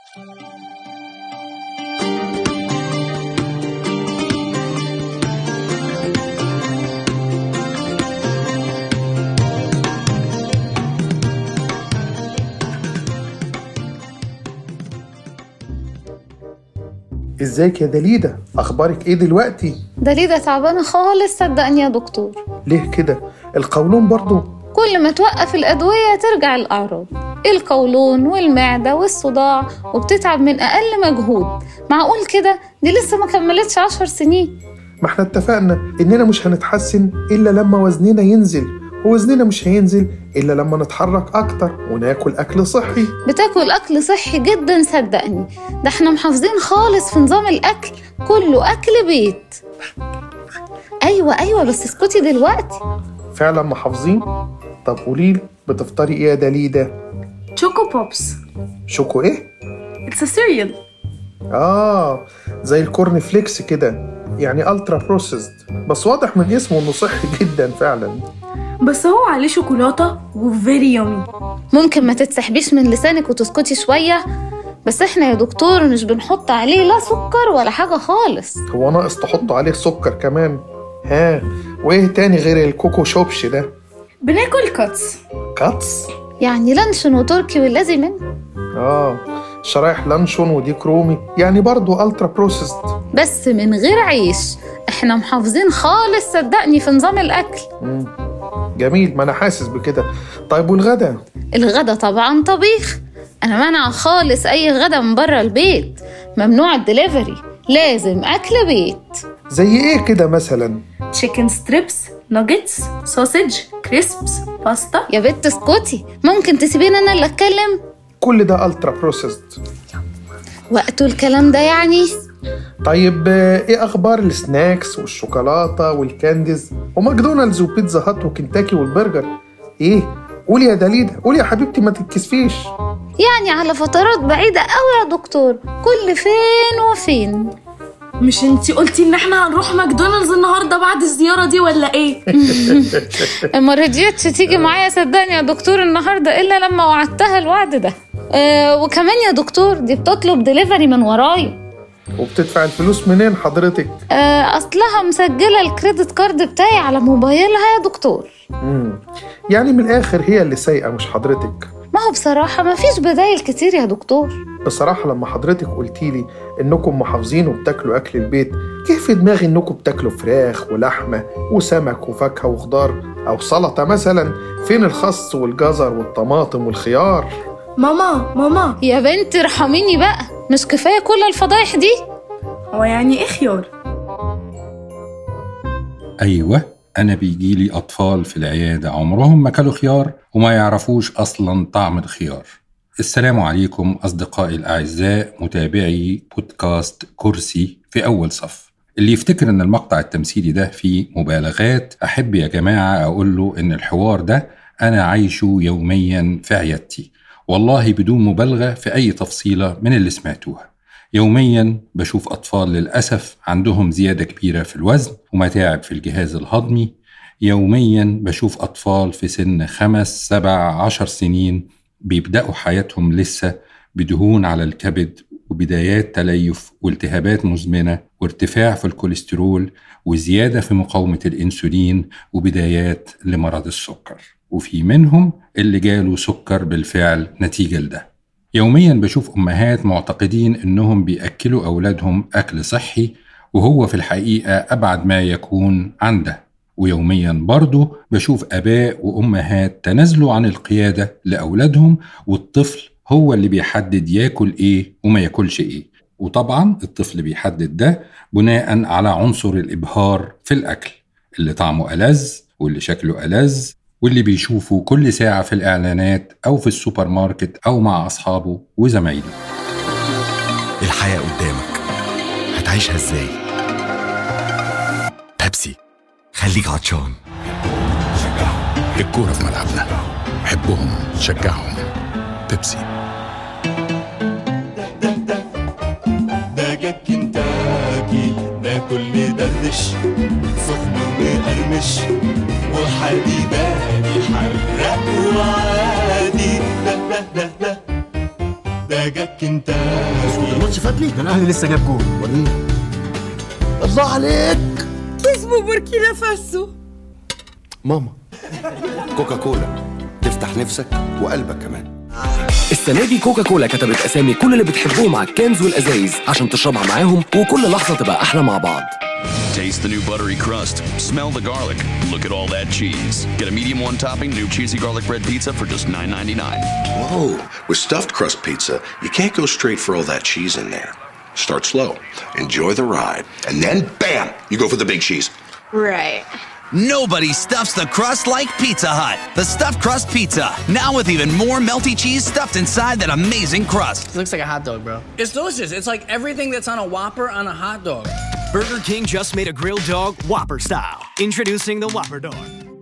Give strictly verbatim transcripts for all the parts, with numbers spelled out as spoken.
ازيك يا دليدة؟ اخبارك ايه دلوقتي؟ دليدة تعبانة خالص صدقني يا دكتور. ليه كده؟ القولون برضو؟ كل ما توقف الأدوية ترجع الأعراض، القولون والمعدة والصداع، وبتتعب من أقل مجهود. معقول كده؟ دي لسه ما كملتش عشر سنين. ما احنا اتفقنا اننا مش هنتحسن الا لما وزننا ينزل، ووزننا مش هينزل إلا لما نتحرك أكتر وناكل أكل صحي. بتاكل أكل صحي جدا صدقني، ده احنا محافظين خالص في نظام الأكل، كله أكل بيت. أيوة أيوة بس اسكتي دلوقتي. فعلا محافظين؟ طب قوليلي بتفطري إيه يا دليدة؟ شوكو بوبس. شوكو إيه؟ It's a cereal. آه زي الكورن فليكس كده، يعني ألترا بروسيسد، بس واضح من اسمه إنه صحي جدا فعلا. بس هو عليه شوكولاتة وفيري يومي. ممكن ما تتسحبيش من لسانك وتسكتي شوية؟ بس احنا يا دكتور مش بنحط عليه لا سكر ولا حاجة خالص. هو ناقص تحطوا عليه سكر كمان؟ ها وايه تاني غير الكوكو شوبش ده؟ بناكل كاتس. كاتس؟ يعني لانشون وتركي والذي منه. اه شرايح لانشون وديك رومي، يعني برضو ألترا بروسيسد بس من غير عيش. احنا محافظين خالص صدقني في نظام الأكل. مم. جميل، ما أنا حاسس بكده. طيب والغدا؟ الغدا طبعا طبيخ، أنا منع خالص أي غدا من برا البيت، ممنوع الدليفري، لازم أكل بيت. زي إيه كده مثلا؟ تشيكن ستريبس، ناجتس، سوسيج، كريسبس، باستا. يا بنت اسكتي، ممكن تسيبيني أنا اللي أتكلم؟ كل ده ألترا بروسيسد وقته الكلام ده يعني؟ طيب ايه اخبار السناكس والشوكولاته والكانديز وماكدونالدز وبيتزا هات وكنتاكي والبرجر؟ ايه قولي يا دليدة، قولي يا حبيبتي ما تتكسفيش. يعني على فترات بعيده قوي يا دكتور، كل فين وفين. مش انتي قلتي ان احنا هنروح ماكدونالدز النهارده بعد الزياره دي ولا ايه؟ ما رضيتش تيجي معايا صدقني يا دكتور النهارده الا لما وعدتها الوعد ده. أه وكمان يا دكتور دي بتطلب دليفري من ورايا. وبتدفع الفلوس منين حضرتك؟ أه اصلها مسجله الكريدت كارد بتاعي على موبايلها يا دكتور. امم يعني من الاخر هي اللي سايقه مش حضرتك. ما هو بصراحه ما فيش بدايل كتير يا دكتور. بصراحه لما حضرتك قلتيلي انكم محافظين وبتاكلوا اكل البيت، جه في دماغي انكم بتاكلوا فراخ ولحمه وسمك وفاكهه وخضار او سلطه مثلا. فين الخس والجزر والطماطم والخيار؟ ماما ماما يا بنتي ارحميني بقى، مش كفايه كل الفضايح دي؟ هو يعني ايه خيار؟ ايوه انا بيجيلي اطفال في العياده عمرهم ما كلوا خيار وما يعرفوش اصلا طعم الخيار. السلام عليكم أصدقائي الأعزاء متابعي بودكاست كرسي في أول صف. اللي يفتكر أن المقطع التمثيلي ده فيه مبالغات، أحب يا جماعة أقول له أن الحوار ده أنا عايشه يوميا في عيادتي، والله بدون مبالغة في أي تفصيلة من اللي سمعتوها. يوميا بشوف أطفال للأسف عندهم زيادة كبيرة في الوزن ومتاعب في الجهاز الهضمي. يوميا بشوف أطفال في سن خمس سبع عشر سنين بيبدأوا حياتهم لسه بدهون على الكبد وبدايات تليف والتهابات مزمنة وارتفاع في الكوليسترول وزيادة في مقاومة الإنسولين وبدايات لمرض السكر، وفي منهم اللي جاله سكر بالفعل نتيجة لده. يوميا بشوف أمهات معتقدين إنهم بيأكلوا أولادهم أكل صحي وهو في الحقيقة أبعد ما يكون عن ده. ويوميا برضو بشوف أباء وأمهات تنازلوا عن القيادة لأولادهم، والطفل هو اللي بيحدد ياكل إيه وما ياكلش إيه. وطبعا الطفل بيحدد ده بناء على عنصر الإبهار في الأكل، اللي طعمه ألذ واللي شكله ألذ واللي بيشوفه كل ساعة في الإعلانات أو في السوبر ماركت أو مع أصحابه وزمايله. الحياة قدامك هتعيشها إزاي؟ بيبسي خليك عطشان. الكورة في ملعبنا، حبهم شجعهم. بيبسي. ده جاك كنتاكي ناكل ندردش سخن ومقرمش وحبيباني حرق وعادي. لا لا لا لا دجاج كنتاكي. الماتش فاتني ده الاهلي لسه جاب جول. وريني. الله عليك. اسمه بوركينا فاسو. ماما. كوكا كولا تفتح نفسك وقلبك كمان. السنة دي كوكا كولا كتبت أسامي كل اللي بتحبوهم على الكنز والأزايز عشان تشربها معاهم وكل لحظة تبقى أحلى مع بعض. Taste the new buttery crust. Smell the garlic. Look at all that cheese. Get a medium one topping new cheesy garlic bread pizza for just nine ninety-nine. Whoa, with stuffed crust pizza, you can't go straight for all that cheese in there. Start slow, enjoy the ride, and then bam, you go for the big cheese. Right. Nobody stuffs the crust like Pizza Hut. The stuffed crust pizza, now with even more melty cheese stuffed inside that amazing crust. It looks like a hot dog, bro. It's delicious. It's like everything that's on a Whopper on a hot dog. Burger King just made a grilled dog Whopper style. Introducing the Whopper dog.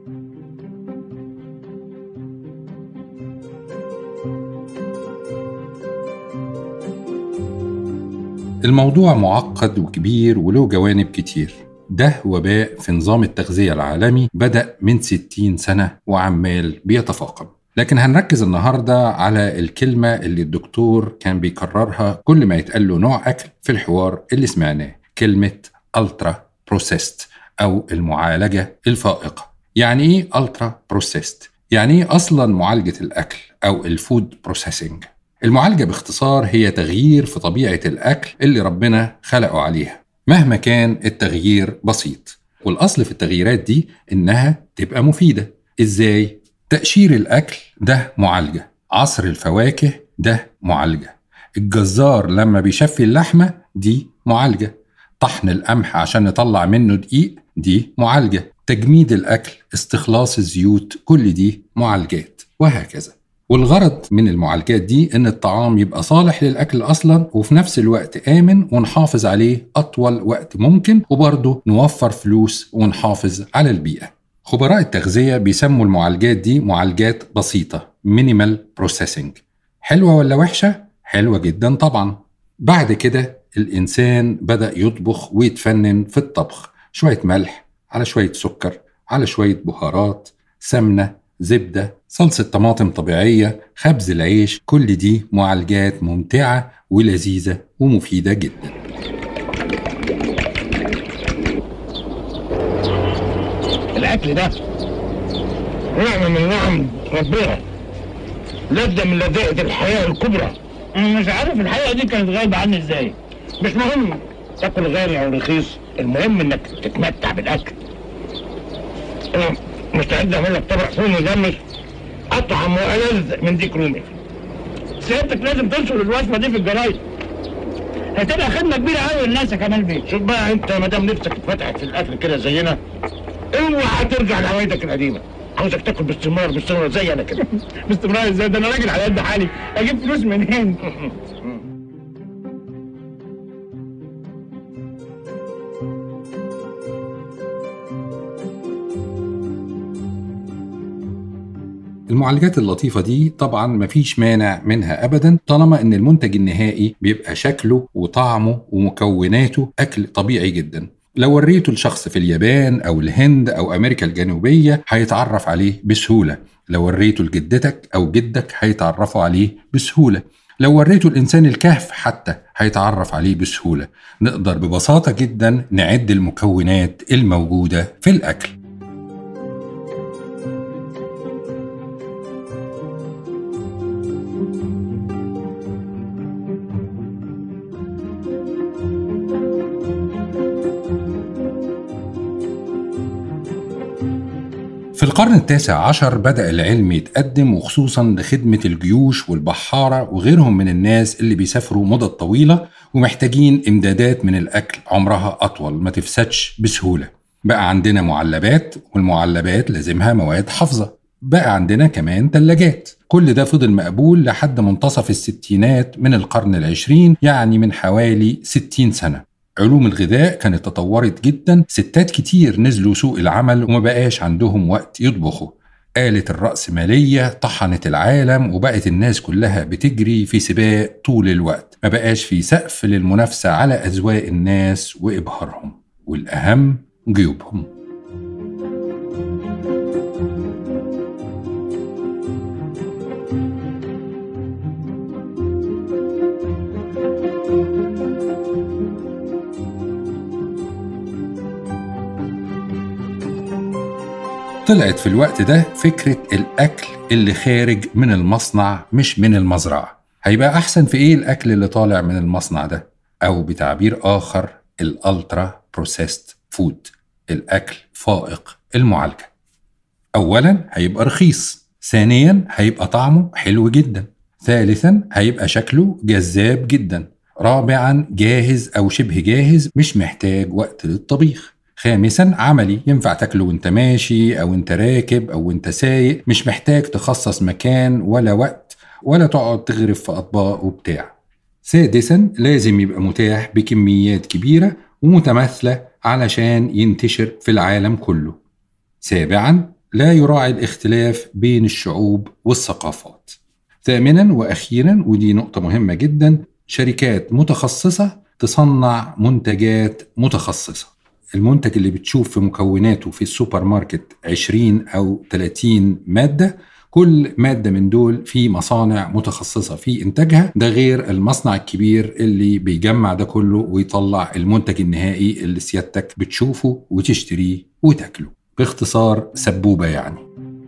الموضوع معقد وكبير وله جوانب كتير. ده وباء في نظام التغذية العالمي بدأ من ستين سنة وعمال بيتفاقم، لكن هنركز النهاردة على الكلمة اللي الدكتور كان بيكررها كل ما يتقال له نوع أكل في الحوار اللي سمعناه، كلمة ألترا بروسيست أو المعالجة الفائقة. يعني إيه ألترا بروسيست؟ يعني إيه أصلاً معالجة الأكل أو الفود بروسيسنج؟ المعالجة باختصار هي تغيير في طبيعة الأكل اللي ربنا خلقه عليها مهما كان التغيير بسيط، والأصل في التغييرات دي إنها تبقى مفيدة. إزاي؟ تقشير الأكل ده معالجة، عصر الفواكه ده معالجة، الجزار لما بيشفي اللحمة دي معالجة، طحن القمح عشان نطلع منه دقيق دي معالجة، تجميد الأكل، استخلاص الزيوت، كل دي معالجات، وهكذا. والغرض من المعالجات دي إن الطعام يبقى صالح للأكل أصلاً وفي نفس الوقت آمن ونحافظ عليه أطول وقت ممكن، وبرضه نوفر فلوس ونحافظ على البيئة. خبراء التغذية بيسموا المعالجات دي معالجات بسيطة minimal processing. حلوة ولا وحشة؟ حلوة جداً طبعاً. بعد كده الإنسان بدأ يطبخ ويتفنن في الطبخ، شوية ملح على شوية سكر على شوية بهارات، سمنة، زبدة، صلصة طماطم طبيعية، خبز العيش، كل دي معالجات ممتعة ولذيذة ومفيدة جدا. الأكل ده نعمة من نعم ربنا، لذة من لذائذ الحياة الكبرى. أنا مش عارف الحياة دي كانت غايبة عني إزاي. مش مهم تاكل غالي أو رخيص، المهم إنك تتمتع بالأكل. أنا مستعد اعمل لك طبق فول مجمش اطعم والذ من ديك رومي. سيادتك لازم تنشر الوصفه دي في الجرايد، هتبقى خدمه كبيره قوي للناس يا كمال بيه. شوف بقى انت ما دام نفسك اتفتحت في الاكل كده زينا، اوعى ترجع لعوايدك القديمه. عاوزك تاكل باستمرار باستمرار زي انا كده. باستمرار ازاي؟ ده انا راجل على قد حالي، اجيب فلوس منين؟ المعالجات اللطيفة دي طبعا مفيش مانع منها أبدا طالما إن المنتج النهائي بيبقى شكله وطعمه ومكوناته أكل طبيعي جدا. لو وريته لشخص في اليابان أو الهند أو أمريكا الجنوبية هيتعرف عليه بسهولة، لو وريته لجدتك أو جدك هيتعرفوا عليه بسهولة، لو وريته الإنسان الكهف حتى هيتعرف عليه بسهولة. نقدر ببساطة جدا نعد المكونات الموجودة في الأكل. في القرن التاسع عشر بدأ العلم يتقدم، وخصوصا لخدمة الجيوش والبحارة وغيرهم من الناس اللي بيسافروا مدة طويلة ومحتاجين إمدادات من الأكل عمرها أطول ما تفسدش بسهولة. بقى عندنا معلبات، والمعلبات لازمها مواد حافظة. بقى عندنا كمان تلاجات. كل ده فضل مقبول لحد منتصف الستينات من القرن العشرين، يعني من حوالي ستين سنة. علوم الغذاء كانت تطورت جدا، ستات كتير نزلوا سوق العمل وما بقاش عندهم وقت يطبخوا. آلة الرأسمالية طحنت العالم وبقت الناس كلها بتجري في سباق طول الوقت، ما بقاش في سقف للمنافسة على أذواق الناس وإبهارهم، والأهم جيوبهم. طلعت في الوقت ده فكرة الأكل اللي خارج من المصنع مش من المزرعة. هيبقى أحسن في إيه الأكل اللي طالع من المصنع ده؟ أو بتعبير آخر الألترا بروسيست فود، الأكل فائق المعالجة. أولاً هيبقى رخيص، ثانياً هيبقى طعمه حلو جداً، ثالثاً هيبقى شكله جذاب جداً، رابعاً جاهز أو شبه جاهز مش محتاج وقت للطبيخ، خامساً عملي ينفع تاكله وانت ماشي أو انت راكب أو انت سايق، مش محتاج تخصص مكان ولا وقت ولا تقعد تغرف في أطباق وبتاع. سادساً لازم يبقى متاح بكميات كبيرة ومتماثلة علشان ينتشر في العالم كله. سابعاً لا يراعي الاختلاف بين الشعوب والثقافات. ثامناً وأخيراً ودي نقطة مهمة جداً، شركات متخصصة تصنع منتجات متخصصة. المنتج اللي بتشوف في مكوناته في السوبر ماركت عشرين أو ثلاثين مادة، كل مادة من دول في مصانع متخصصة في إنتاجها، ده غير المصنع الكبير اللي بيجمع ده كله ويطلع المنتج النهائي اللي سيادتك بتشوفه وتشتريه وتاكله. باختصار سبوبة يعني.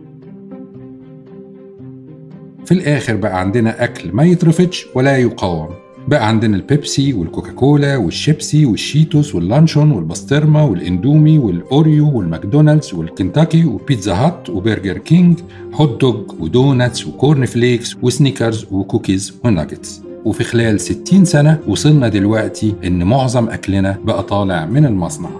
في الآخر بقى عندنا أكل ما يترفضش ولا يقاوم. بقى عندنا البيبسي والكوكاكولا والشيبسي والشيتوس واللانشون والبسطرمة والاندومي والأوريو والماكدونالدز والكنتاكي وبيتزا هات وبرجر كينج، هوت دوج ودوناتس وكورن فليكس وسنيكرز وكوكيز وناجتس. وفي خلال ستين سنة وصلنا دلوقتي إن معظم أكلنا بقى طالع من المصنع.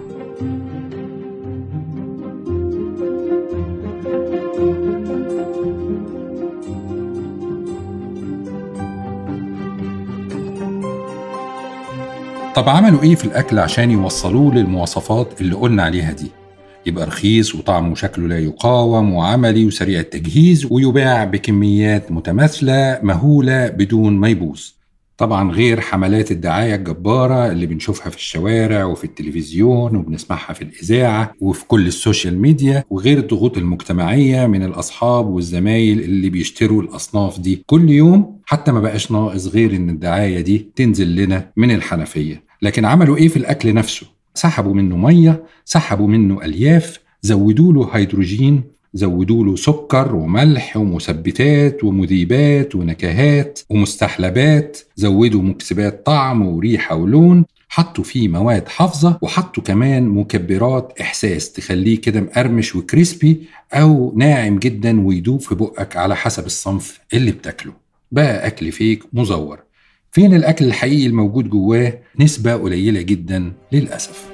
طب عملوا ايه في الاكل عشان يوصلوه للمواصفات اللي قلنا عليها دي؟ يبقى رخيص وطعمه وشكله لا يقاوم وعملي وسريع التجهيز ويباع بكميات متماثلة مهولة بدون ما يبوظ. طبعا غير حملات الدعاية الجبارة اللي بنشوفها في الشوارع وفي التلفزيون وبنسمعها في الإذاعة وفي كل السوشيال ميديا، وغير الضغوط المجتمعية من الأصحاب والزمايل اللي بيشتروا الأصناف دي كل يوم. حتى ما بقاش ناقص غير إن الدعاية دي تنزل لنا من الحنفية. لكن عملوا إيه في الأكل نفسه؟ سحبوا منه مية، سحبوا منه ألياف، زودوا له هيدروجين، زودوا له سكر وملح ومثبتات ومذيبات ونكهات ومستحلبات، زودوا مكسبات طعم وريحة ولون، حطوا فيه مواد حافظة، وحطوا كمان مكبرات إحساس تخليه كده مقرمش وكريسبي أو ناعم جدا ويدوب في بقك على حسب الصنف اللي بتاكله. بقى أكل فيك مزور. فين الأكل الحقيقي الموجود جواه؟ نسبة قليلة جدا للأسف.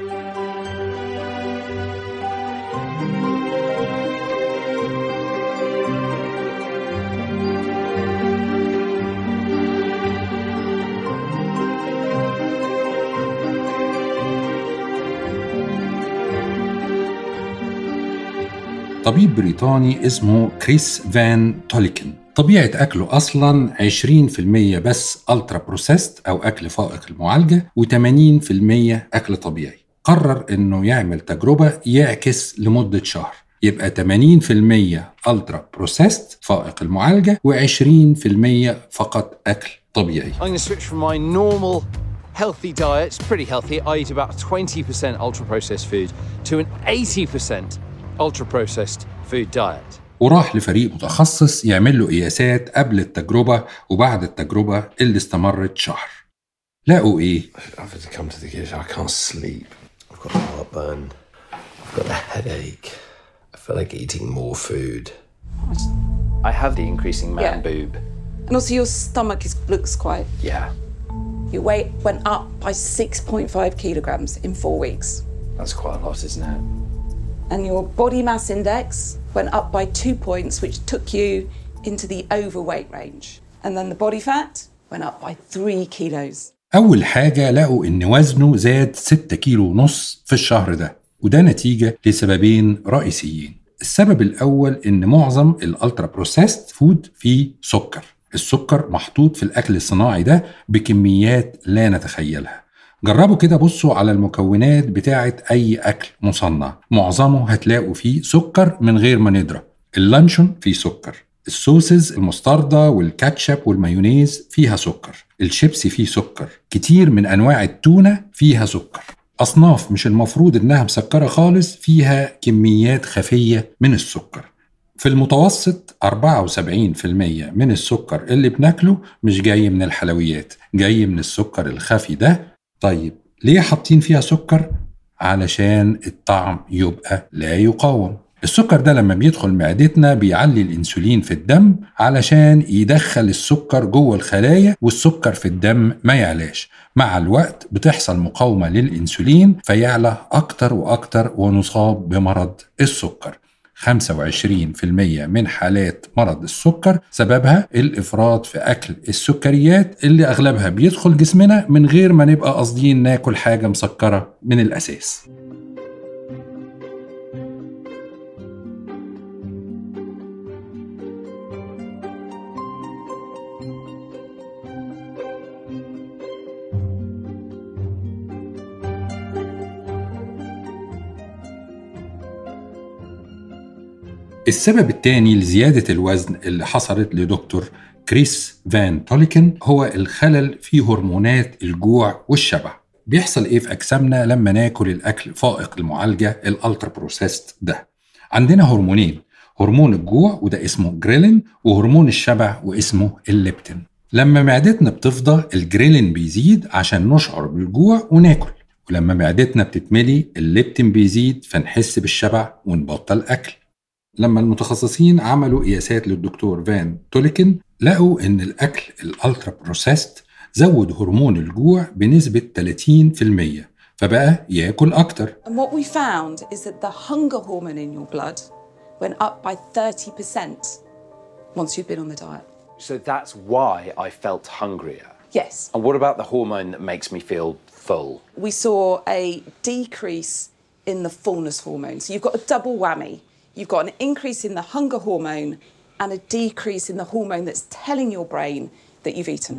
طبيب بريطاني اسمه كريس فان توليكن، طبيعة أكله أصلاً عشرين بالمية بس ألترا بروسيست أو أكل فائق المعالجة وثمانين بالمية أكل طبيعي. قرر إنه يعمل تجربة يعكس لمدة شهر، يبقى ثمانين بالمية ألترا بروسيست فائق المعالجة وعشرين بالمية فقط أكل طبيعي. I'm going to switch from my normal healthy diet, it's pretty healthy, I eat about twenty percent ultra processed food, to an eighty percent ultra processed food diet. وراح لفريق متخصص يعمل له قياسات قبل التجربة وبعد التجربة اللي استمرت شهر. لقوا إيه؟ I've come to the kitchen, I can't sleep. I've got heartburn. I've got a headache. I feel like eating more food. I have the increasing man Yeah. boob. And also your stomach is, looks quite... Yeah, Your weight went up by six point five kilograms in four weeks. that's quite a lot, isn't it? And your body mass index went up by two points, which took you into the overweight range. And then the body fat went up by three kilos. أول حاجة لقوا إن وزنه زاد ستة كيلو ونص في الشهر ده، وده نتيجة لسببين رئيسيين. السبب الأول إن معظم الألترا بروسيست فود فيه سكر. السكر محطوط في الأكل الصناعي ده بكميات لا نتخيلها. جربوا كده بصوا على المكونات بتاعة أي أكل مصنع، معظمه هتلاقوا فيه سكر من غير ما ندرى. اللانشون فيه سكر، السوسز المستردة والكاتشب والمايونيز فيها سكر، الشيبسي فيه سكر، كتير من أنواع التونة فيها سكر. أصناف مش المفروض إنها مسكرة خالص فيها كميات خفية من السكر. في المتوسط أربعة وسبعين بالمية من السكر اللي بناكله مش جاي من الحلويات، جاي من السكر الخفي ده. طيب ليه حاطين فيها سكر؟ علشان الطعم يبقى لا يقاوم. السكر ده لما بيدخل معدتنا بيعلي الانسولين في الدم علشان يدخل السكر جوه الخلايا، والسكر في الدم ما يعلاش. مع الوقت بتحصل مقاومة للانسولين فيعلى اكتر واكتر ونصاب بمرض السكر. خمسة وعشرين بالمية من حالات مرض السكر سببها الإفراط في أكل السكريات اللي أغلبها بيدخل جسمنا من غير ما نبقى قاصدين ناكل حاجة مسكرة من الأساس. السبب الثاني لزيادة الوزن اللي حصلت لدكتور كريس فان توليكن هو الخلل في هرمونات الجوع والشبع. بيحصل ايه في أجسامنا لما ناكل الأكل فائق المعالجة الالترا بروسيست ده؟ عندنا هرمونين، هرمون الجوع وده اسمه جريلين، وهرمون الشبع واسمه الليبتين. لما معدتنا بتفضى الجريلين بيزيد عشان نشعر بالجوع وناكل، ولما معدتنا بتتملي الليبتين بيزيد فنحس بالشبع ونبطل أكل. لما المتخصصين عملوا قياسات للدكتور فان توليكن لقوا ان الاكل الالترا بروسيست زود هرمون الجوع بنسبة ثلاثين بالمية، فبقى ياكل اكتر. And what we found is that the hunger hormone in your blood went up by thirty percent once you've been on the diet. So that's why I felt hungrier. Yes. And what about the hormone that makes me feel full? We saw a decrease in the fullness hormone. So you've got a double whammy. You've got an increase in the hunger hormone and a decrease in the hormone that's telling your brain that you've eaten.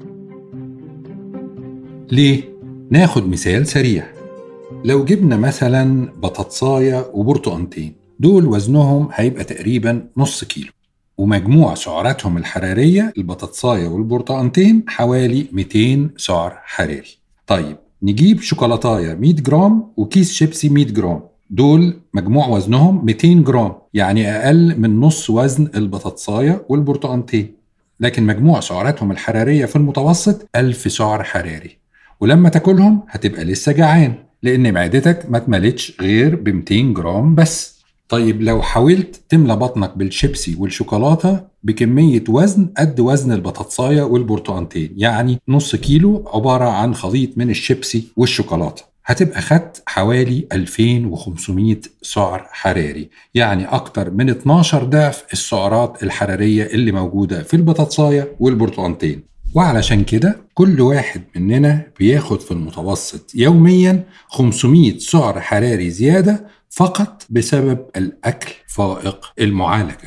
ليه؟ ناخد مثال سريع. لو جبنا مثلا بطاطساية وبرتقانتين، دول وزنهم هيبقى تقريبا نص كيلو، ومجموع سعراتهم الحرارية البطاطساية والبرتقانتين حوالي مئتين سعر حراري. طيب نجيب شوكولاتاية مئة جرام وكيس شيبسي مئة جرام، دول مجموع وزنهم مئتين جرام، يعني أقل من نص وزن البطاطساية والبرتقانتين، لكن مجموع سعراتهم الحرارية في المتوسط ألف سعر حراري. ولما تاكلهم هتبقى لسه جعان لأن معدتك ما اتملتش غير ب مئتين جرام بس. طيب لو حاولت تملى بطنك بالشيبسي والشوكولاتة بكمية وزن قد وزن البطاطساية والبرتقانتين، يعني نص كيلو عبارة عن خليط من الشيبسي والشوكولاتة، هتبقى خدت حوالي ألفين وخمسمئة سعر حراري، يعني أكتر من اتناشر ضعف السعرات الحرارية اللي موجودة في البطاطساية والبرتقانتين. وعلشان كده كل واحد مننا بياخد في المتوسط يوميا خمسمئة سعر حراري زيادة فقط بسبب الأكل فائق المعالجة.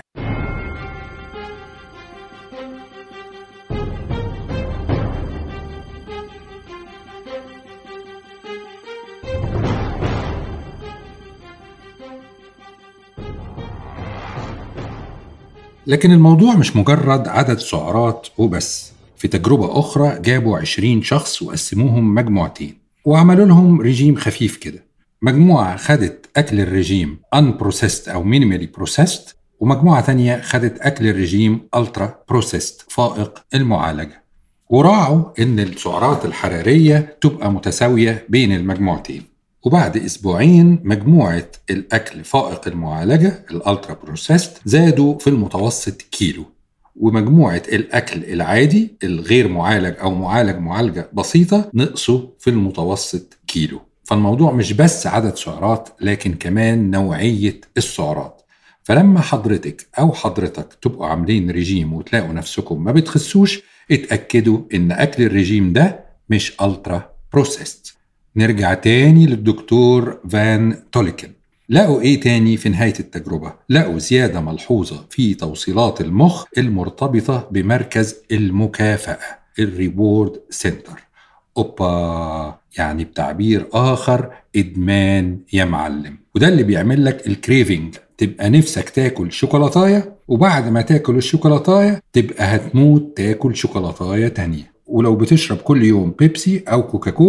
لكن الموضوع مش مجرد عدد سعرات وبس. في تجربة أخرى جابوا عشرين شخص وقسموهم مجموعتين وعملوا لهم رجيم خفيف كده. مجموعة خدت أكل الرجيم unprocessed أو minimally processed، ومجموعة تانية خدت أكل الرجيم ultra processed فائق المعالجة، وراعوا إن السعرات الحرارية تبقى متساوية بين المجموعتين. وبعد أسبوعين مجموعة الأكل فائق المعالجة الألترا بروسيست زادوا في المتوسط كيلو، ومجموعة الأكل العادي الغير معالج أو معالج معالجة بسيطة نقصوا في المتوسط كيلو. فالموضوع مش بس عدد سعرات لكن كمان نوعية السعرات. فلما حضرتك أو حضرتك تبقوا عاملين رجيم وتلاقوا نفسكم ما بتخسوش، اتأكدوا إن أكل الرجيم ده مش ألترا بروسيست. نرجع تاني للدكتور فان توليكن. لقوا ايه تاني في نهاية التجربة؟ لقوا زيادة ملحوظة في توصيلات المخ المرتبطة بمركز المكافأة الريبورد سنتر. اوبا، يعني بتعبير آخر إدمان يا معلم. وده اللي بيعمل لك الكريفينج، تبقى نفسك تاكل شوكولاتاية وبعد ما تاكل الشوكولاتاية تبقى هتموت تاكل شوكولاتاية تانية. ولو بتشرب كل يوم بيبسي أو كوكاكولا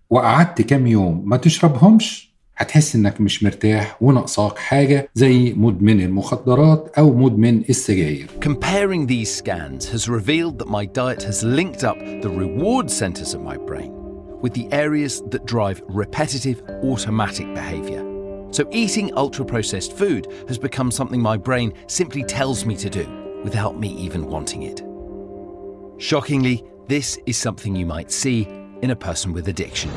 وقعدت كام يوم ما تشربهمش هتحس انك مش مرتاح ونقصاك حاجة زي مدمن المخدرات أو مدمن السجاير. Comparing these scans has revealed that my diet has linked up the reward centers of my brain with the areas that drive repetitive automatic behavior. So eating ultra-processed food has become something my brain simply tells me to do without me even wanting it. Shockingly, this is something you might see in a person with addiction.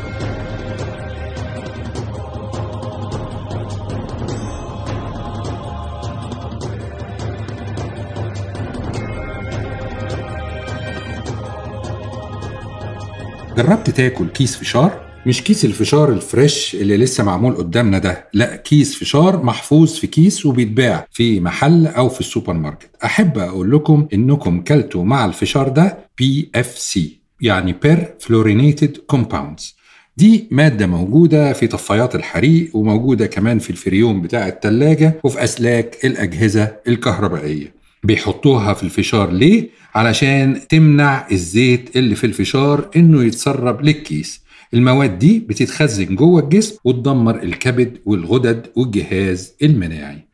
جربت تاكل كيس فشار؟ مش كيس الفشار الفريش اللي لسه معمول قدامنا ده، لا، كيس فشار محفوظ في كيس وبيتباع في محل أو في السوبر ماركت. أحب أقول لكم إنكم كلتوا مع الفشار ده بي إف سي، يعني Perfluorinated Compounds. دي مادة موجودة في طفايات الحريق وموجودة كمان في الفريون بتاع التلاجة وفي أسلاك الأجهزة الكهربائية. بيحطوها في الفشار ليه؟ علشان تمنع الزيت اللي في الفشار إنه يتسرب للكيس. المواد دي بتتخزن جوه الجسم وتدمر الكبد والغدد والجهاز المناعي.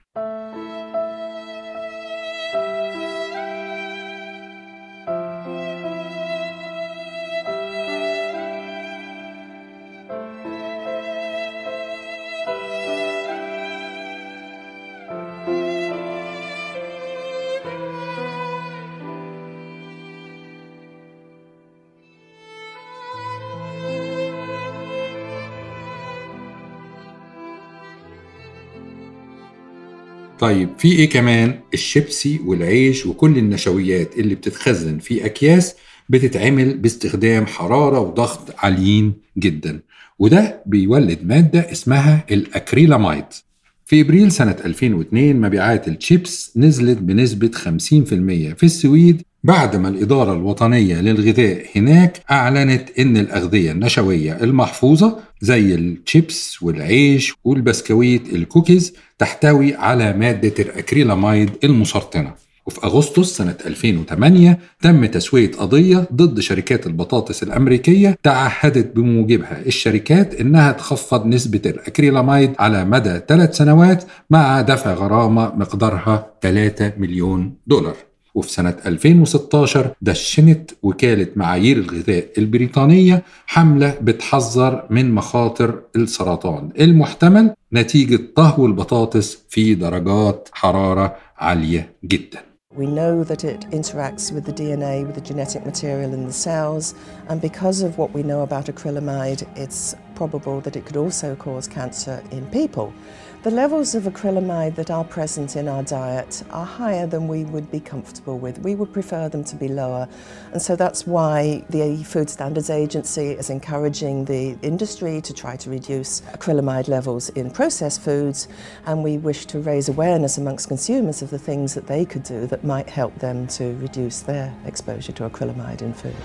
طيب في ايه كمان؟ الشيبسي والعيش وكل النشويات اللي بتتخزن في اكياس بتتعمل باستخدام حرارة وضغط عاليين جدا، وده بيولد مادة اسمها الأكريلاميد. في ابريل سنة ألفين واثنين مبيعات الشيبس نزلت بنسبة خمسين بالمية في السويد بعد ما الإدارة الوطنية للغذاء هناك أعلنت إن الأغذية النشوية المحفوظة زي الشيبس والعيش والبسكويت الكوكيز تحتوي على مادة الأكريلاميد المسرطنة. وفي أغسطس سنة ألفين وثمانية تم تسوية قضية ضد شركات البطاطس الأمريكية تعهدت بموجبها الشركات إنها تخفض نسبة الأكريلاميد على مدى ثلاث سنوات مع دفع غرامة مقدارها ثلاثة مليون دولار. وفي سنة ألفين وستاشر دشنت وكالة معايير الغذاء البريطانية حملة بتحذر من مخاطر السرطان المحتمل نتيجة طهو البطاطس في درجات حرارة عالية جدا. We know that it interacts with the D N A, with the genetic material in the cells, and because of what we know about acrylamide, it's probable that it could also cause cancer in people. The levels of acrylamide that are present in our diet are higher than we would be comfortable with. We would prefer them to be lower, and so that's why the Food Standards Agency is encouraging the industry to try to reduce acrylamide levels in processed foods, and we wish to raise awareness amongst consumers of the things that they could do that might help them to reduce their exposure to acrylamide in food.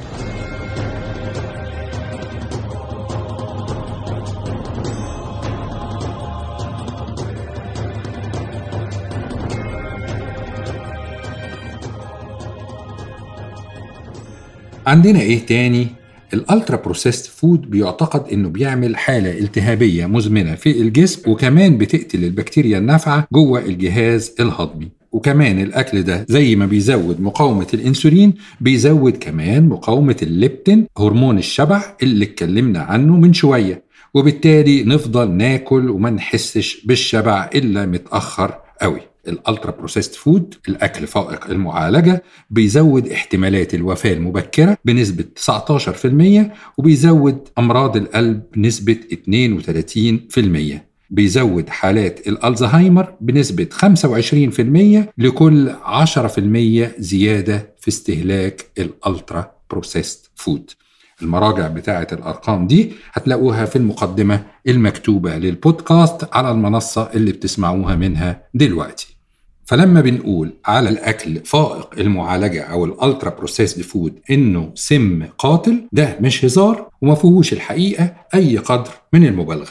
عندنا ايه تاني؟ الالترا بروسيست فود بيعتقد انه بيعمل حالة التهابية مزمنة في الجسم، وكمان بتقتل البكتيريا النافعة جوه الجهاز الهضمي. وكمان الاكل ده زي ما بيزود مقاومة الانسولين بيزود كمان مقاومة الليبتين هرمون الشبع اللي اتكلمنا عنه من شوية، وبالتالي نفضل ناكل وما نحسش بالشبع الا متأخر قوي. الالترا بروسيست فود الاكل فائق المعالجه بيزود احتمالات الوفاه المبكره بنسبه تسعتاشر بالمية، وبيزود امراض القلب بنسبه اتنين وتلاتين بالمية، بيزود حالات الالزهايمر بنسبه خمسة وعشرين بالمية لكل عشرة بالمية زياده في استهلاك الالترا بروسيست فود. المراجع بتاعة الأرقام دي هتلاقوها في المقدمة المكتوبة للبودكاست على المنصة اللي بتسمعوها منها دلوقتي. فلما بنقول على الأكل فائق المعالجة أو الألترا بروسيسد فود إنه سم قاتل، ده مش هزار وما فيهوش الحقيقة أي قدر من المبالغة.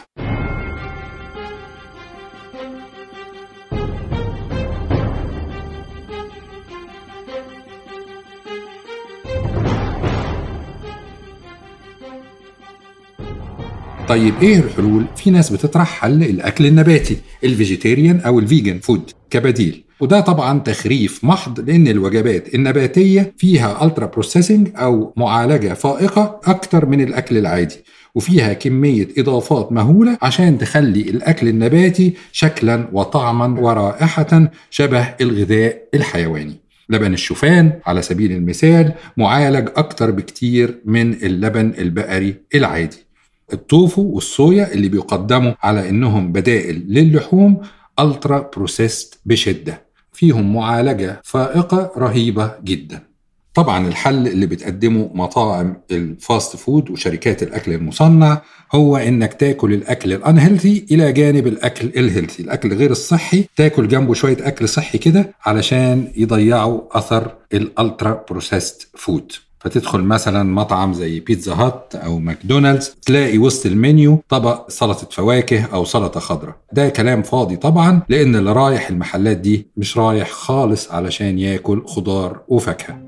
طيب ايه الحلول؟ في ناس بتطرح حل الاكل النباتي الفيجيتيريان او الفيجن فود كبديل، وده طبعا تخريف محض، لان الوجبات النباتيه فيها الترا بروسيسنج او معالجه فائقه اكتر من الاكل العادي، وفيها كميه اضافات مهوله عشان تخلي الاكل النباتي شكلا وطعما ورائحه شبه الغذاء الحيواني. لبن الشوفان على سبيل المثال معالج اكتر بكتير من اللبن البقري العادي. التوفو والصويا اللي بيقدموا على انهم بدائل للحوم الترا بروسيست بشده، فيهم معالجه فائقه رهيبه جدا. طبعا الحل اللي بتقدمه مطاعم الفاست فود وشركات الاكل المصنع هو انك تاكل الاكل الانهيلثي الى جانب الاكل الهيلثي، الاكل غير الصحي تاكل جنبه شويه اكل صحي كده علشان يضيعوا اثر الالترا بروسيست فود. فتدخل مثلا مطعم زي بيتزا هات او ماكدونالدز تلاقي وسط المنيو طبق سلطه فواكه او سلطه خضراء. ده كلام فاضي طبعا، لان اللي رايح المحلات دي مش رايح خالص علشان ياكل خضار وفاكهه.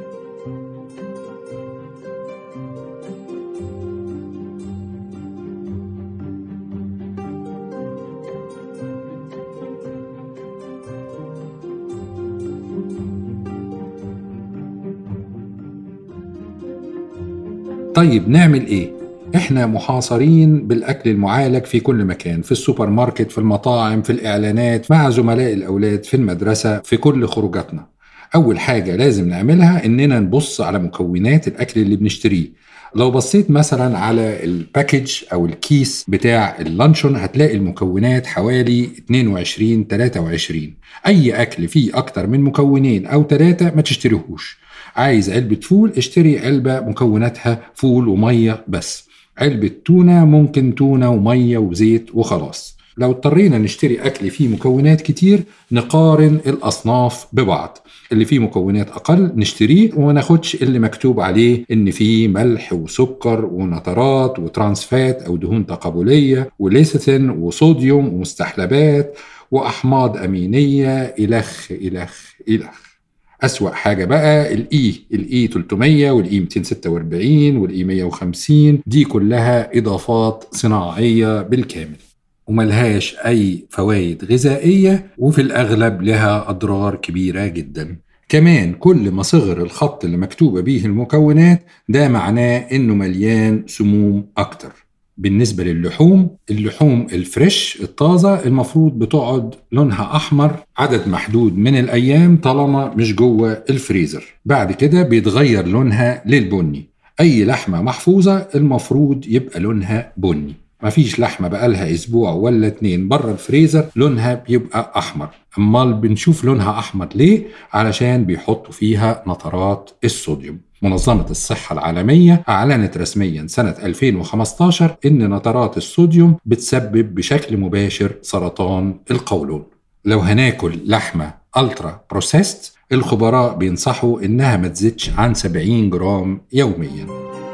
طيب نعمل ايه؟ احنا محاصرين بالاكل المعالج في كل مكان، في السوبر ماركت، في المطاعم، في الاعلانات، مع زملاء الاولاد في المدرسة، في كل خروجاتنا. اول حاجة لازم نعملها اننا نبص على مكونات الاكل اللي بنشتريه. لو بصيت مثلا على الباكيج او الكيس بتاع اللانشون هتلاقي المكونات حوالي اتنين وعشرين تلاتة وعشرين. اي اكل فيه اكتر من مكونين او ثلاثة ما تشتريهوش. عايز علبة فول اشتري علبة مكوناتها فول ومية بس. علبة تونة ممكن تونة ومية وزيت وخلاص. لو اضطرينا نشتري أكل فيه مكونات كتير نقارن الأصناف ببعض، اللي فيه مكونات أقل نشتريه وما ناخدش اللي مكتوب عليه إن فيه ملح وسكر ونترات وترانسفات أو دهون تقابلية وليثين وصوديوم ومستحلبات وأحماض أمينية إلخ إلخ إلخ. أسوأ حاجة بقى الإي الإي ثلاثمية والإي مئتين وستة وأربعين والإي مئة وخمسين، دي كلها إضافات صناعية بالكامل وملهاش أي فوائد غذائية، وفي الأغلب لها أضرار كبيرة جدا. كمان كل ما صغر الخط اللي مكتوبة بيه المكونات ده معناه إنه مليان سموم أكتر. بالنسبة للحوم، اللحوم الفريش الطازة المفروض بتقعد لونها أحمر عدد محدود من الأيام طالما مش جوه الفريزر، بعد كده بيتغير لونها للبني. أي لحمة محفوظة المفروض يبقى لونها بني. مفيش لحمة بقالها أسبوع ولا اتنين بره الفريزر لونها بيبقى أحمر. أمال بنشوف لونها أحمر ليه؟ علشان بيحطوا فيها نترات الصوديوم. منظمة الصحة العالمية أعلنت رسميا سنة ألفين وخمستاشر إن نترات الصوديوم بتسبب بشكل مباشر سرطان القولون. لو هناكل لحمة ألترا بروسيست الخبراء بينصحوا إنها ما تزيدش عن سبعين جرام يوميا.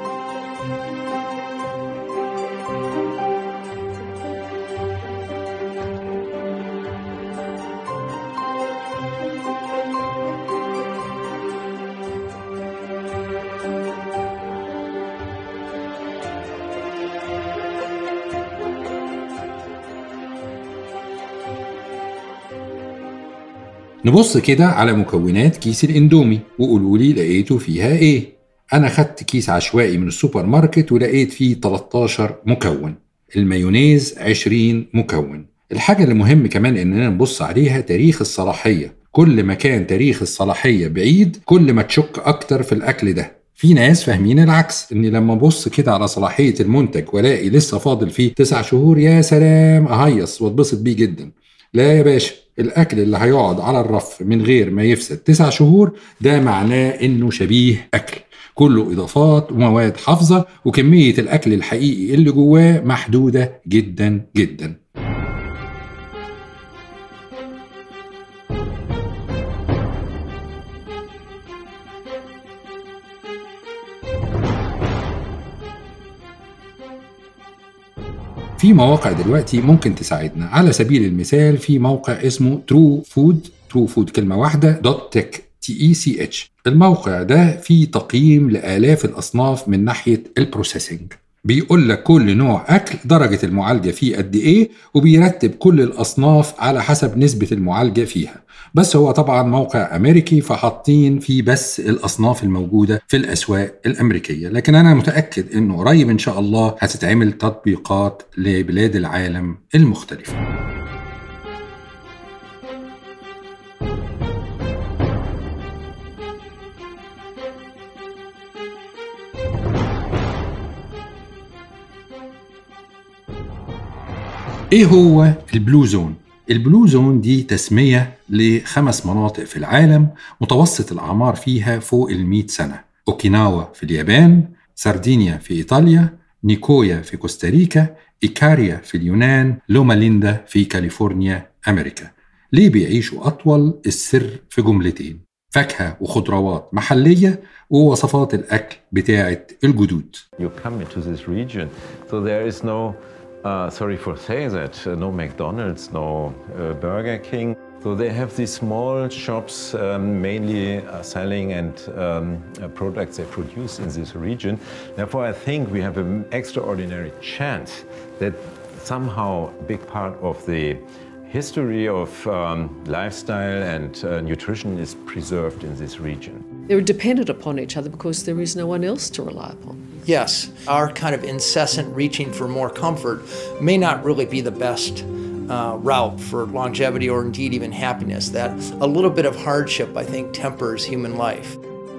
نبص كده على مكونات كيس الاندومي وقولوا لي لقيتوا فيها ايه. انا خدت كيس عشوائي من السوبر ماركت ولقيت فيه تلتاشر مكون. المايونيز عشرين مكون. الحاجة اللي مهم كمان اننا نبص عليها تاريخ الصلاحية. كل ما كان تاريخ الصلاحية بعيد كل ما تشك اكتر في الاكل ده. في ناس فاهمين العكس، اني لما ابص كده على صلاحية المنتج ولاقي لسه فاضل فيه تسع شهور يا سلام اهيص واتبسط بيه جدا. لا يا باشا، الأكل اللي هيقعد على الرف من غير ما يفسد تسع شهور ده معناه إنه شبيه أكل كله إضافات ومواد حافظة، وكمية الأكل الحقيقي اللي جواه محدودة جدا جدا. في مواقع دلوقتي ممكن تساعدنا. على سبيل المثال في موقع اسمه ترو فود، ترو فود كلمة واحدة دوت تك تي اي سي اتش. الموقع ده فيه تقييم لآلاف الأصناف من ناحية البروسيسنج. بيقول لك كل نوع أكل درجة المعالجة فيه قد إيه، وبيرتب كل الأصناف على حسب نسبة المعالجة فيها. بس هو طبعا موقع أمريكي فحاطين فيه بس الأصناف الموجودة في الأسواق الأمريكية، لكن أنا متأكد إنه قريب إن شاء الله هتتعمل تطبيقات لبلاد العالم المختلفة. ايه هو البلو زون؟ البلو زون دي تسمية لخمس مناطق في العالم متوسط الأعمار فيها فوق المئة سنة: أوكيناوا في اليابان، ساردينيا في إيطاليا، نيكويا في كوستاريكا، إيكاريا في اليونان، لوما ليندا في كاليفورنيا أمريكا. ليه بيعيشوا أطول؟ السر في جملتين: فاكهة وخضروات محلية ووصفات الأكل بتاعة الجدود. You come into this region, so there is no Uh, sorry for saying that, uh, no McDonald's, no uh, Burger King. So they have these small shops um, mainly uh, selling and um, uh, products they produce in this region. Therefore, I think we have an extraordinary chance that somehow a big part of the history of um, lifestyle and uh, nutrition is preserved in this region. They're dependent upon each other because there is no one else to rely upon. Yes, our kind of incessant reaching for more comfort may not really be the best uh, route for longevity or indeed even happiness. That a little bit of hardship, I think, tempers human life.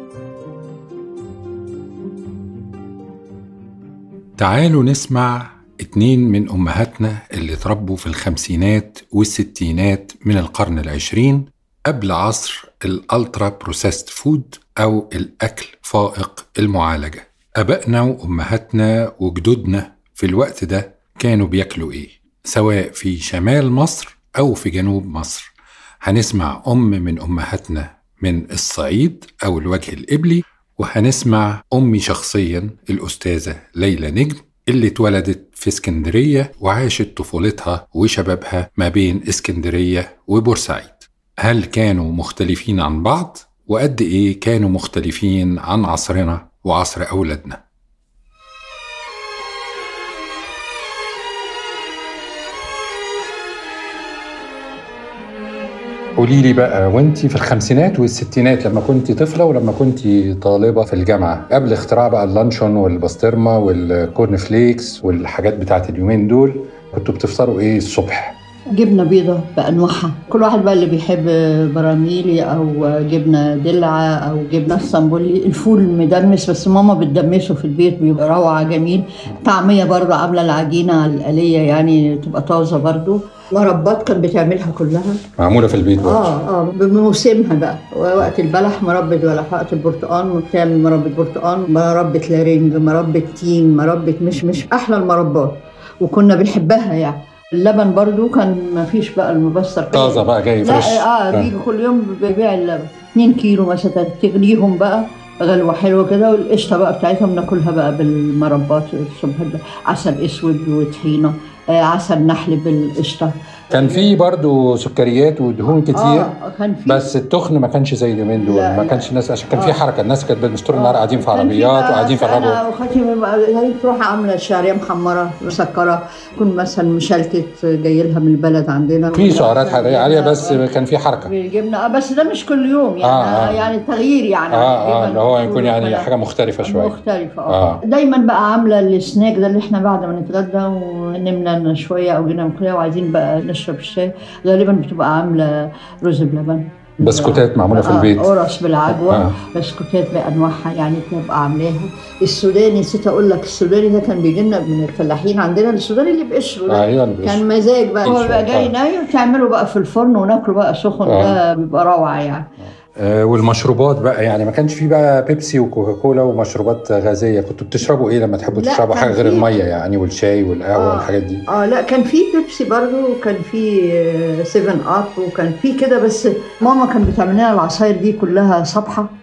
تعالوا نسمع اتنين من أمهاتنا اللي تربوا في الخمسينات والستينات من القرن العشرين قبل عصر الألترا بروسيست فود أو الأكل فائق المعالجة. أبائنا وأمهاتنا وجدودنا في الوقت ده كانوا بياكلوا إيه؟ سواء في شمال مصر أو في جنوب مصر. هنسمع أم من أمهاتنا من الصعيد أو الوجه القبلي، وهنسمع أمي شخصيا الأستاذة ليلى نجم اللي اتولدت في اسكندرية وعاشت طفولتها وشبابها ما بين اسكندرية وبورسعيد. هل كانوا مختلفين عن بعض؟ وقد إيه كانوا مختلفين عن عصرنا وعصر أولادنا؟ قولي لي بقى، وانتي في الخمسينات والستينات لما كنتي طفلة ولما كنتي طالبة في الجامعة قبل اختراع بقى اللانشون والبسطرمة والكورن فليكس والحاجات بتاعت اليومين دول، كنتوا بتفطروا ايه الصبح؟ جبنة بيضة بأنواعها، كل واحد بقى اللي بيحب براميلي أو جبنة دلعة أو جبنة اسطنبولي. الفول مدمس بس ماما بتدمسه في البيت بيبقى روعة جميل. طعمية برضه عاملة العجينة على الآلية يعني تبقى طازة برضه. مربات كانت بتعملها كلها معمولة في البيت برضه. اه اه بموسمها بقى، وقت البلح مربى بلح، وقت البرتقال بتعمل مربى برتقال، مربى لارنج، مربى تين، مربى مشمش، أحلى المربات وكنا بنحبها يعني. اللبن برضو كان ما فيش بقى المبستر طازه بقى جاي فريش. اه بيجي كل يوم بيبيع اللبن اتنين كيلو مثلا، تغليهم بقى غلوه حلوه كده، والقشطه بقى بتاعتهم ناكلها بقى بالمربات الصبح. عسل اسود وطحينه، آه عسل نحل بالقشطه. كان في برضو سكريات ودهون كتير. آه كان في، بس التخن ما كانش زي اليومين دول. ما كانش الناس عشان كان آه. في حركه، الناس كانت بتستر النهار قاعدين في عربيات وقاعدين في الربو. انا وخاتي تروح عامله شعريه محمره مسكره، كن مثلا مشلتت جاي لها من البلد عندنا في سعرات حراريه عاليه، بس كان في حركه بالجبنه. آه بس ده مش كل يوم يعني. آه آه. يعني تغيير يعني اه اه اللي هو يكون يعني حاجه مختلفه شويه مختلفه اه, آه. دايما بقى عامله السناك ده اللي احنا بعد ما نتغدى ونملى شويه او جينا مكليه وعايزين بقى نشرب الشاي، غالبا بتبقى عامله رز بلبن، بسكوتات معموله في البيت، قرص بالعجوه، آه. بسكوتات بانواعها يعني بتبقى عاملاها. السوداني نسيت اقول لك، السوداني ده كان بيجي لنا من الفلاحين عندنا، السوداني اللي بقشره ده آه كان مزاج بقى، هو بقى جاي نايم تعمله بقى في الفرن وناكله بقى سخن. آه. ده بيبقى روعه يعني. آه والمشروبات بقى يعني ما كانش في بقى بيبسي وكوكاكولا ومشروبات غازيه، كنتوا بتشربوا ايه لما تحبوا تشربوا حاجه غير الميه يعني والشاي والقهوه آه. والحاجات دي؟ اه لا كان في بيبسي برضو، وكان في سيفن اب، وكان في كده. بس ماما كانت بتعمل لنا العصاير دي كلها صبحه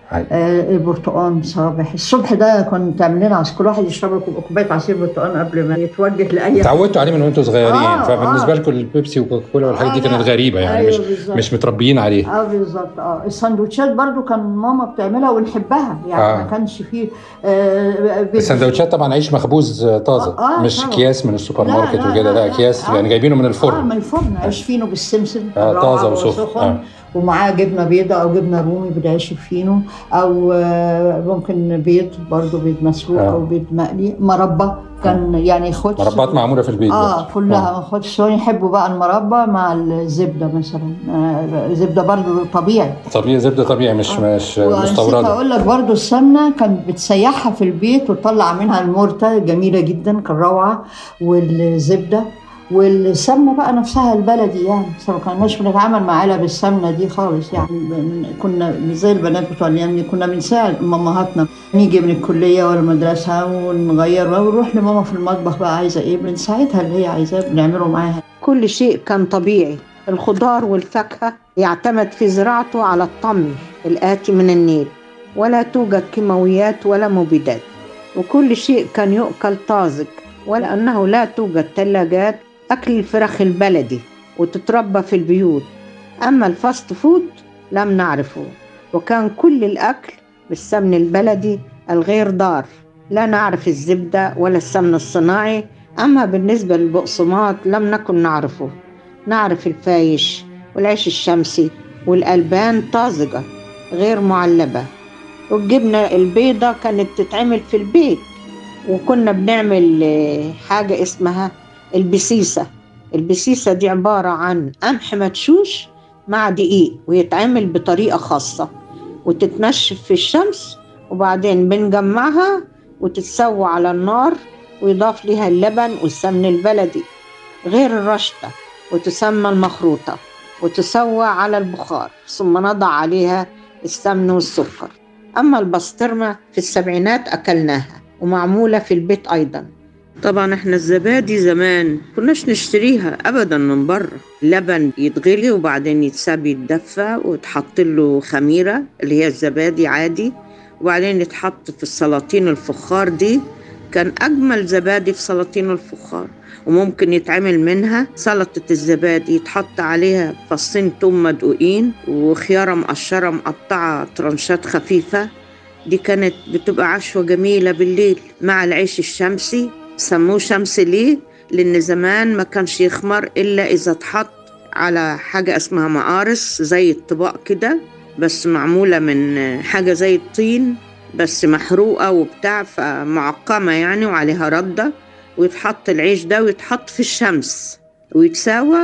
آه البرتقال صابح الصبح ده كنت تعمل لنا عصير، كل واحد يشرب كوبايه عصير برتقال قبل ما يتوجه لاي. اتعودتوا عليه من وانتوا صغيرين. آه فبالنسبه آه. لكم البيبسي وكوكاكولا والحاجات آه دي كانت غريبه يعني. أيوة مش بالزبط. مش متربيين عليها. اه بالظبط. اه السندوتشات برضو كان ماما بتعملها ونحبها يعني. آه. ما كانش فيه آه السندوتشات طبعا عيش مخبوز طازه. آه مش طبعا. اكياس من السوبر ماركت لا وكده. لا اكياس آه. يعني جايبينه من الفرن. اه من الفرن. عيش فينو بالسمسم آه طازه وسخن. آه. ومعاه جبنه بيضاء او جبنه رومي بالعيش الفينو، او ممكن بيض برضو، بيض مسلوق آه. او بيض مقلي. مربى كان يعني خد مربات معموله في البيت. اه كلها خد سوري. يحبوا بقى المربى مع الزبده مثلا. آه زبده برضو طبيعي طبيعي زبده طبيعي مش آه. مش مستورده. اقول لك برضو السمنه كانت بتسيحها في البيت وتطلع منها المورتا جميله جدا كان روعه. والزبده والسمنه بقى نفسها البلدي يعني. ما كناش بنتعامل مع علب السمنه دي خالص يعني. كنا زي البنات بتوع يعني كنا بنساعد مامهاتنا نيجي من الكليه ولا المدرسه ونغير ونروح لماما في المطبخ بقى عايزه ايه بنساعدها اللي هي عايزاه بنعمله معاها. كل شيء كان طبيعي. الخضار والفاكهه يعتمد في زراعته على الطمي الآتي من النيل، ولا توجد كيماويات ولا مبيدات، وكل شيء كان يؤكل طازج، ولأنه لا توجد ثلاجات. أكل الفراخ البلدي وتتربى في البيوت. أما الفاست فود لم نعرفه، وكان كل الأكل بالسمن البلدي الغير ضار. لا نعرف الزبدة ولا السمن الصناعي. أما بالنسبة للبقسماط لم نكن نعرفه. نعرف الفايش والعيش الشمسي والألبان طازجة غير معلبة. والجبنة البيضة كانت تتعمل في البيت، وكنا بنعمل حاجة اسمها البسيسة. البسيسة دي عبارة عن قمح مدشوش مع دقيق، ويتعمل بطريقة خاصة وتتنشف في الشمس، وبعدين بنجمعها وتتسوى على النار ويضاف لها اللبن والسمن البلدي غير الرشطة، وتسمى المخروطة، وتسوى على البخار، ثم نضع عليها السمن والسكر. أما البسطرمة في السبعينات أكلناها ومعمولة في البيت أيضا. طبعا احنا الزبادي زمان كناش نشتريها ابدا من بره. اللبن يتغلي وبعدين يتساب يتدفى وتحط له خميره اللي هي الزبادي عادي، وبعدين يتحط في السلاطين الفخار دي. كان اجمل زبادي في سلاطين الفخار. وممكن يتعمل منها سلطه الزبادي، يتحط عليها فصين توم مدقوقين وخياره مقشره مقطعه ترنشات خفيفه. دي كانت بتبقى عشوه جميله بالليل مع العيش الشمسي. سموه شمس ليه؟ لأن زمان ما كانش يخمر إلا إذا اتحط على حاجة اسمها مقارص زي الطباق كده، بس معمولة من حاجة زي الطين بس محروقة وبتاع فمعقمة يعني وعليها ردة، ويتحط العيش ده ويتحط في الشمس ويتساوى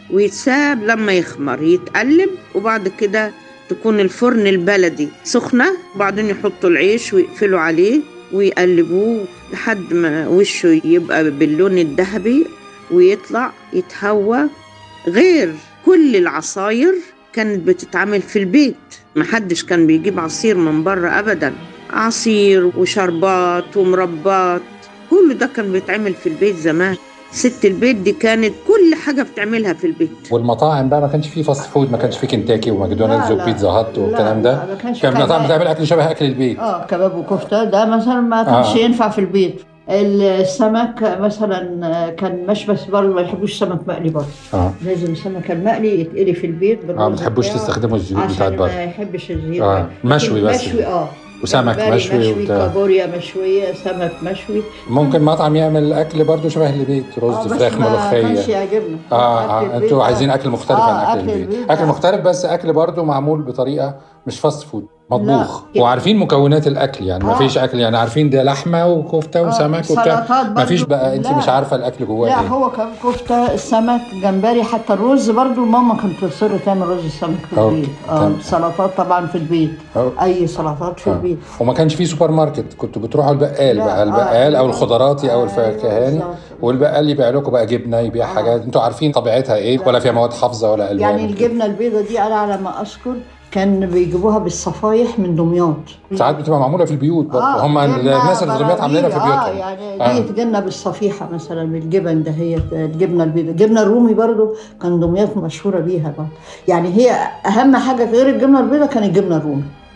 ويتساب لما يخمر يتقلب، وبعد كده تكون الفرن البلدي سخنة، وبعدين يحطوا العيش ويقفلوا عليه ويقلبوه لحد ما وشه يبقى باللون الذهبي ويطلع يتهوى. غير كل العصاير كانت بتتعمل في البيت. محدش كان بيجيب عصير من بره أبدا. عصير وشربات ومربات كل ده كان بيتعمل في البيت زمان. ست البيت دي كانت كل حاجة بتعملها في البيت. والمطاعم بقى ما كانش فيه فاست فود، ما كانش فيه كنتاكي وماكدونالدز وبيتزا هات والكلام ده. كان المطاعم بتعمل أكل شبه أكل البيت. اه كباب وكفتة ده مثلا ما كانش آه. ينفع في البيت. السمك مثلا كان مش بس برضه ما يحبوش سمك مقلي برضه. آه. لازم السمك المقلي يتقلي في البيت. اه ما تحبوش تستخدموا الزيوت بتاعت بره. ما يحبش الزيوت. اه مشوي بس. مشوي اه. وسمك مشوي, مشوي كابوريا مشوية، سمك مشوي. ممكن مطعم يعمل اكل برضو شبه البيت، رز آه فراخ ملوخيه. ما كانش يعجبنا. اه, آه انتوا عايزين اكل مختلف آه عن اكل, أكل البيت. البيت. اكل مختلف بس اكل برضو معمول بطريقه مش فاست فود، مطبوخ. وعارفين مكونات الاكل يعني. آه. ما فيش اكل يعني عارفين ده لحمه وكفته وسمك آه. وبتاع. ما فيش بقى انت مش عارفه الاكل جواه ايه. لا هو كان كفته سمك جمبري، حتى الرز برضو ماما كانت تصر تعمل رز السمك في البيت. اه سلطات طبعا في البيت. أوه. اي سلطات في آه. البيت. وما كانش في سوبر ماركت، كنتوا بتروحوا البقال بقى البقال آه. او الخضراتي او الفكهاني، والبقال يبيع لكم بقى جبنه، يبيع آه. حاجات انتوا عارفين طبيعتها ايه، ولا فيها مواد حافظه ولا الوان. يعني الجبنه البيضه دي انا على ما اذكر كان بيجيبوها بالصفايح من دمياط. ساعات بتبقى معموله في البيوت برضه. آه هم الناس اللي في دمياط عاملينها في بيوتهم. اه يعني دي آه. تجينا بالصفيحه مثلا بالجبن ده، هي الجبنه البيضاء. الجبنه الرومي برضه كان دمياط مشهوره بيها برضه. يعني هي اهم حاجه غير الجبنه البيضاء كان الجبنه الرومي.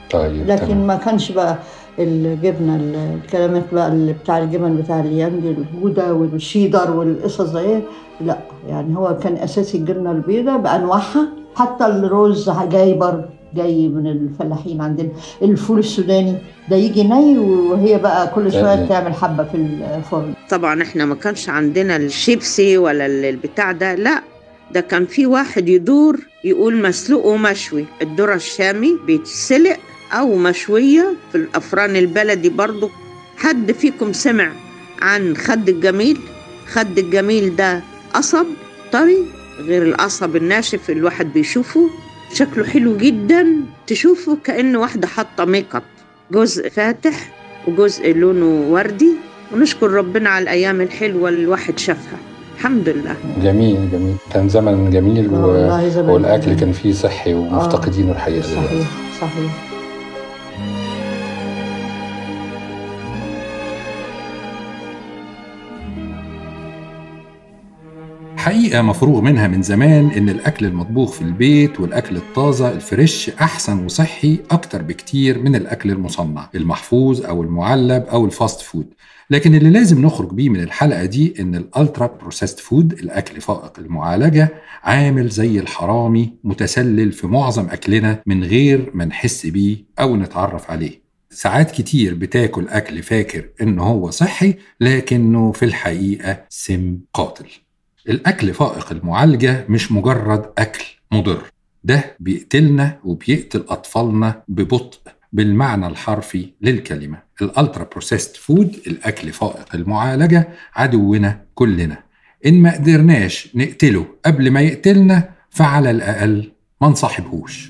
طيب لكن تمام. ما كانش بقى الجبنه الكلامات بقى اللي بتاع الجبن بتاع الياندي الجوده والشيدر والقصص دي، لا يعني هو كان اساسي الجبنه البيضاء بانواعها. حتى الرز جاي برضه جاي من الفلاحين عندنا. الفول السوداني ده يجي ني وهي بقى كل شويه تعمل حبه في الفرن. طبعا احنا ما كانش عندنا الشيبسي ولا البتاع ده، لا ده كان في واحد يدور يقول مسلوق ومشوي. الذرة الشامي بيتسلق او مشوية في الافران البلدي. برضو حد فيكم سمع عن خد الجميل؟ خد الجميل ده قصب طري غير القصب الناشف اللي الواحد بيشوفه، شكله حلو جدا، تشوفه كأنه واحدة حاطة ميك اب، جزء فاتح وجزء لونه وردي. ونشكر ربنا على الأيام الحلوة اللي الواحد شافها، الحمد لله. جميل جميل، كان زمن جميل و... زمن والأكل جميل. كان فيه صحي ومفتقدينه الحقيقة. صحيح صحيح. حقيقة مفروغ منها من زمان إن الأكل المطبوخ في البيت والأكل الطازة الفريش أحسن وصحي أكتر بكتير من الأكل المصنع المحفوظ أو المعلب أو الفاست فود. لكن اللي لازم نخرج بيه من الحلقة دي إن الألترا بروسيسد فود، الأكل فائق المعالجة، عامل زي الحرامي متسلل في معظم أكلنا من غير ما نحس بيه أو نتعرف عليه. ساعات كتير بتاكل أكل فاكر إنه هو صحي لكنه في الحقيقة سم قاتل. الأكل فائق المعالجة مش مجرد أكل مضر، ده بيقتلنا وبيقتل أطفالنا ببطء بالمعنى الحرفي للكلمة. الألترا بروسيسد فود، الأكل فائق المعالجة، عدونا كلنا. إن ما قدرناش نقتله قبل ما يقتلنا فعلى الأقل ما نصاحبهوش.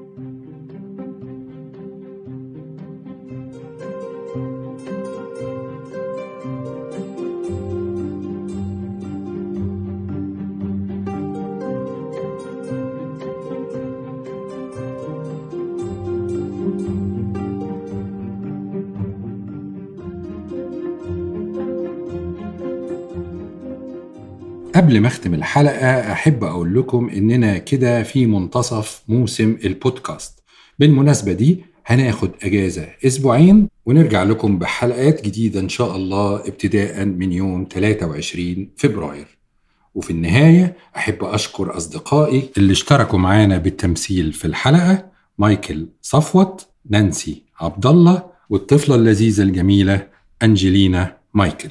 قبل ما اختم الحلقة أحب أقول لكم إننا كده في منتصف موسم البودكاست. بالمناسبة دي هناخد أجازة أسبوعين ونرجع لكم بحلقات جديدة إن شاء الله ابتداء من يوم ثلاثة وعشرين فبراير. وفي النهاية أحب أشكر أصدقائي اللي اشتركوا معانا بالتمثيل في الحلقة: مايكل صفوت، نانسي عبد الله، والطفلة اللذيذة الجميلة أنجلينا مايكل.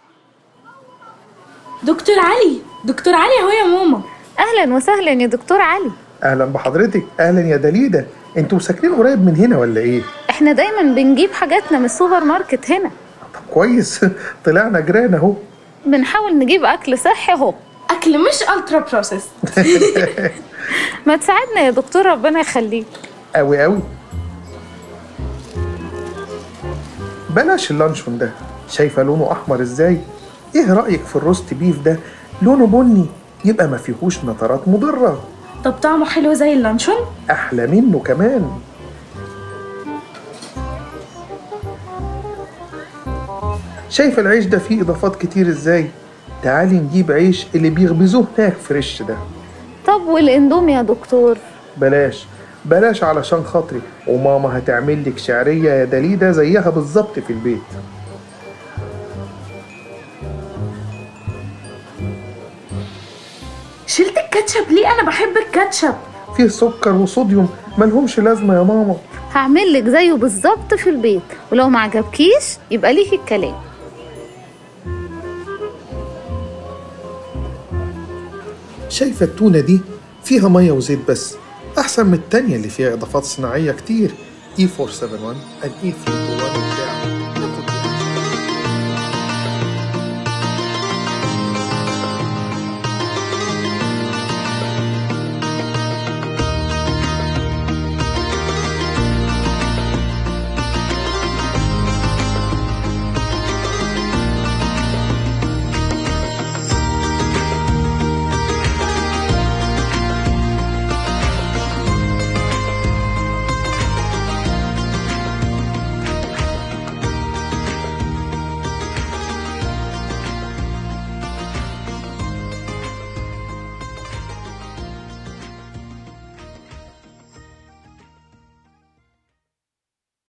دكتور علي، دكتور علي اهو يا ماما. اهلا وسهلا يا دكتور علي. اهلا بحضرتك. اهلا يا دليده، انتوا ساكنين قريب من هنا ولا ايه؟ احنا دايما بنجيب حاجاتنا من السوبر ماركت هنا. طب كويس، طلعنا جيران اهو. بنحاول نجيب اكل صحي اهو، اكل مش الترا بروسيس. ما تساعدنا يا دكتور، ربنا يخليك. قوي قوي. بلاش اللانشون ده، شايفه لونه احمر ازاي؟ ايه رأيك في الروست بيف ده؟ لونه بني، يبقى ما فيهوش نترات مضرة. طب طعمه حلو زي اللانشون؟ احلى منه كمان. شايف العيش ده فيه اضافات كتير ازاي؟ تعالي نجيب عيش اللي بيخبزوه هناك فريش ده. طب والاندومي يا دكتور؟ بلاش بلاش علشان خاطري، وماما هتعمل لك شعرية يا دليدة زيها بالظبط في البيت. شلت الكاتشب ليه؟ انا بحب الكاتشب. فيه سكر وصوديوم ملهمش لازمة يا ماما. هعمل لك زيه بالظبط في البيت، ولو ما عجبكيش يبقى ليك الكلام. شايفة التونة دي فيها مية وزيت بس، أحسن من التانية اللي فيها إضافات صناعية كتير. إي أربعة سبعة واحد and إي ثلاثة